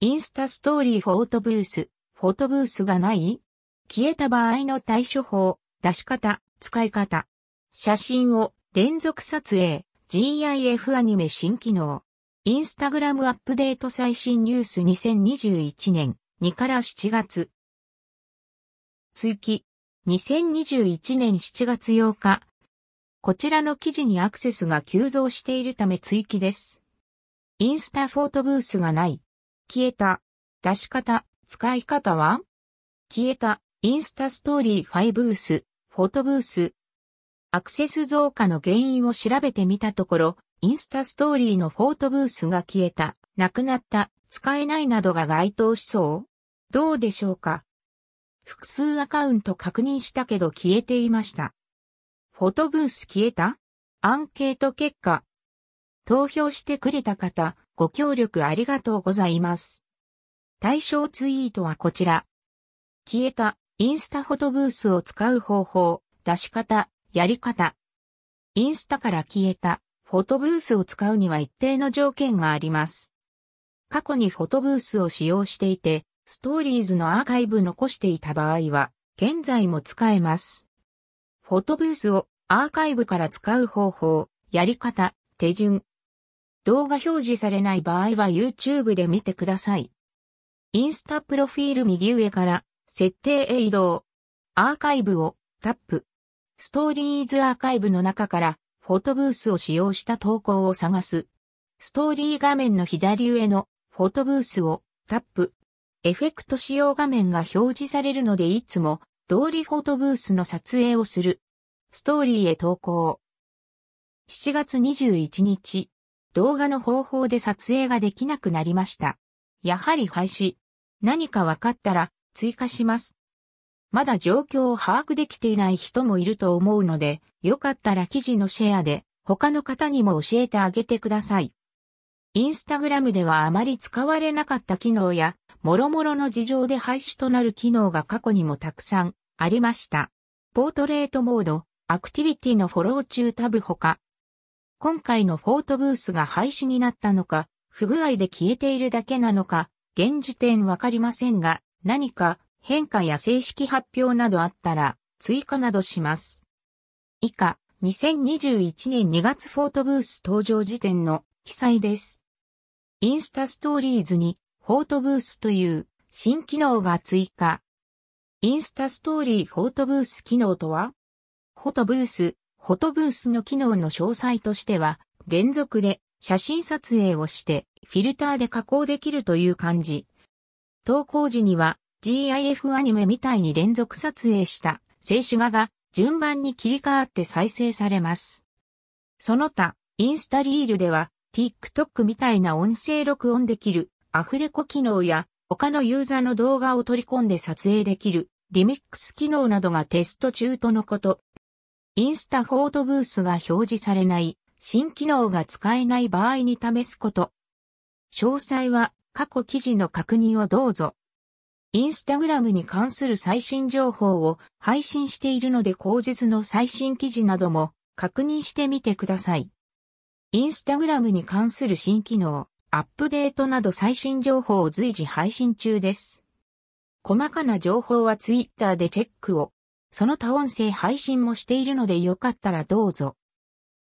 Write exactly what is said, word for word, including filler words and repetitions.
インスタストーリーフォトブース、フォトブースがない？消えた場合の対処法、出し方、使い方。写真を連続撮影、ジーアイエフ アニメ新機能。インスタグラムアップデート最新ニュースにせんにじゅういちねんにからしちがつ。追記。にせんにじゅういちねんしちがつようか。こちらの記事にアクセスが急増しているため追記です。インスタフォトブースがない。消えた。出し方、使い方は？消えた。インスタストーリーファイブース、フォトブース。アクセス増加の原因を調べてみたところ、インスタストーリーのフォトブースが消えた、なくなった、使えないなどが該当しそう？どうでしょうか？複数アカウント確認したけど消えていました。フォトブース消えた？アンケート結果。投票してくれた方、ご協力ありがとうございます。対象ツイートはこちら。消えた、インスタフォトブースを使う方法、出し方、やり方。インスタから消えた、フォトブースを使うには一定の条件があります。過去にフォトブースを使用していて、ストーリーズのアーカイブ残していた場合は、現在も使えます。フォトブースをアーカイブから使う方法、やり方、手順。動画表示されない場合は YouTube で見てください。インスタプロフィール右上から設定へ移動。アーカイブをタップ。ストーリーズアーカイブの中からフォトブースを使用した投稿を探す。ストーリー画面の左上のフォトブースをタップ。エフェクト使用画面が表示されるのでいつも通りフォトブースの撮影をする。ストーリーへ投稿。しちがつにじゅういちにち、動画の方法で撮影ができなくなりました。やはり廃止。何か分かったら追加します。まだ状況を把握できていない人もいると思うので、よかったら記事のシェアで他の方にも教えてあげてください。インスタグラムではあまり使われなかった機能や、諸々の事情で廃止となる機能が過去にもたくさんありました。ポートレートモード、アクティビティのフォロー中タブほか。今回のフォトブースが廃止になったのか、不具合で消えているだけなのか、現時点わかりませんが、何か変化や正式発表などあったら追加などします。以下、にせんにじゅういちねんにがつフォトブース登場時点の記載です。インスタストーリーズにフォトブースという新機能が追加。インスタストーリーフォトブース機能とは？フォトブース、フォトブースの機能の詳細としては、連続で写真撮影をしてフィルターで加工できるという感じ。投稿時には ジーアイエフ アニメみたいに連続撮影した静止画が順番に切り替わって再生されます。その他、インスタリールでは TikTok みたいな音声録音できるアフレコ機能や他のユーザーの動画を取り込んで撮影できるリミックス機能などがテスト中とのこと。インスタフォトブースが表示されない新機能が使えない場合に試すこと。詳細は過去記事の確認をどうぞ。インスタグラムに関する最新情報を配信しているので後日の最新記事なども確認してみてください。インスタグラムに関する新機能、アップデートなど最新情報を随時配信中です。細かな情報はツイッターでチェックを。その他音声配信もしているのでよかったらどうぞ。